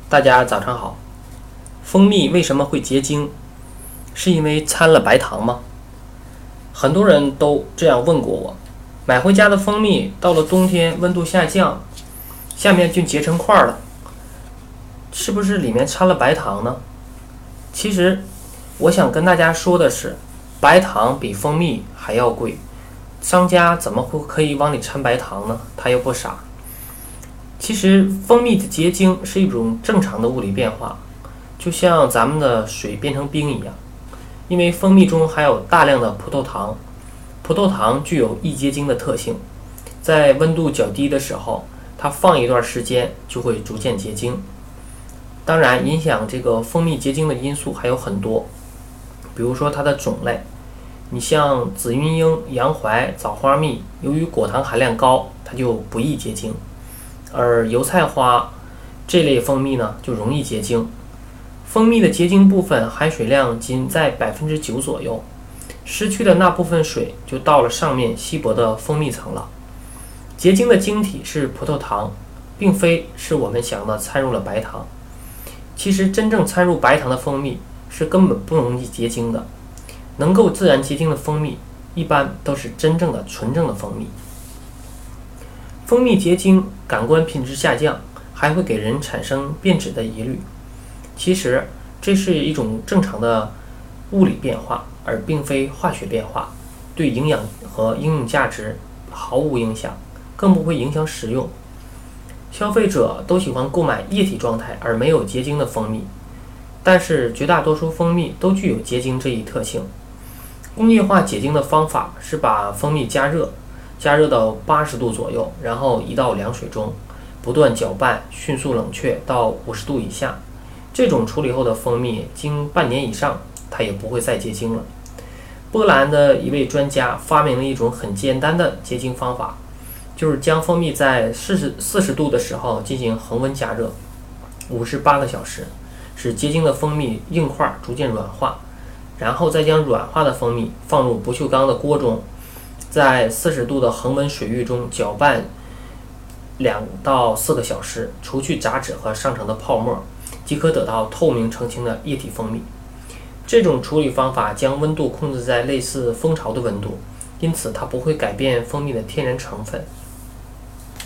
大家早上好。蜂蜜为什么会结晶？是因为掺了白糖吗？很多人都这样问过我。买回家的蜂蜜到了冬天温度下降，下面就结成块了，是不是里面掺了白糖呢？其实我想跟大家说的是，白糖比蜂蜜还要贵，商家怎么会可以往里掺白糖呢？他又不傻。其实蜂蜜的结晶是一种正常的物理变化，就像咱们的水变成冰一样。因为蜂蜜中含有大量的葡萄糖，葡萄糖具有易结晶的特性，在温度较低的时候，它放一段时间就会逐渐结晶。当然，影响这个蜂蜜结晶的因素还有很多，比如说它的种类。你像紫云英、洋槐、枣花蜜，由于果糖含量高，它就不易结晶。而油菜花这类蜂蜜呢，就容易结晶。蜂蜜的结晶部分含水量仅在9%左右，失去的那部分水就到了上面稀薄的蜂蜜层了。结晶的晶体是葡萄糖，并非是我们想的掺入了白糖。其实真正掺入白糖的蜂蜜是根本不容易结晶的，能够自然结晶的蜂蜜一般都是真正的纯正的蜂蜜。蜂蜜结晶，感官品质下降，还会给人产生变质的疑虑。其实这是一种正常的物理变化，而并非化学变化，对营养和应用价值毫无影响，更不会影响食用。消费者都喜欢购买液体状态而没有结晶的蜂蜜，但是绝大多数蜂蜜都具有结晶这一特性。工业化解晶的方法是把蜂蜜加热到80度左右，然后移到凉水中，不断搅拌，迅速冷却到50度以下。这种处理后的蜂蜜经半年以上，它也不会再结晶了。波兰的一位专家发明了一种很简单的结晶方法，就是将蜂蜜在40度的时候进行恒温加热58个小时，使结晶的蜂蜜硬块逐渐软化，然后再将软化的蜂蜜放入不锈钢的锅中，在40度的恒温水浴中搅拌2到4个小时，除去杂质和上层的泡沫，即可得到透明澄清的液体蜂蜜。这种处理方法将温度控制在类似蜂巢的温度，因此它不会改变蜂蜜的天然成分。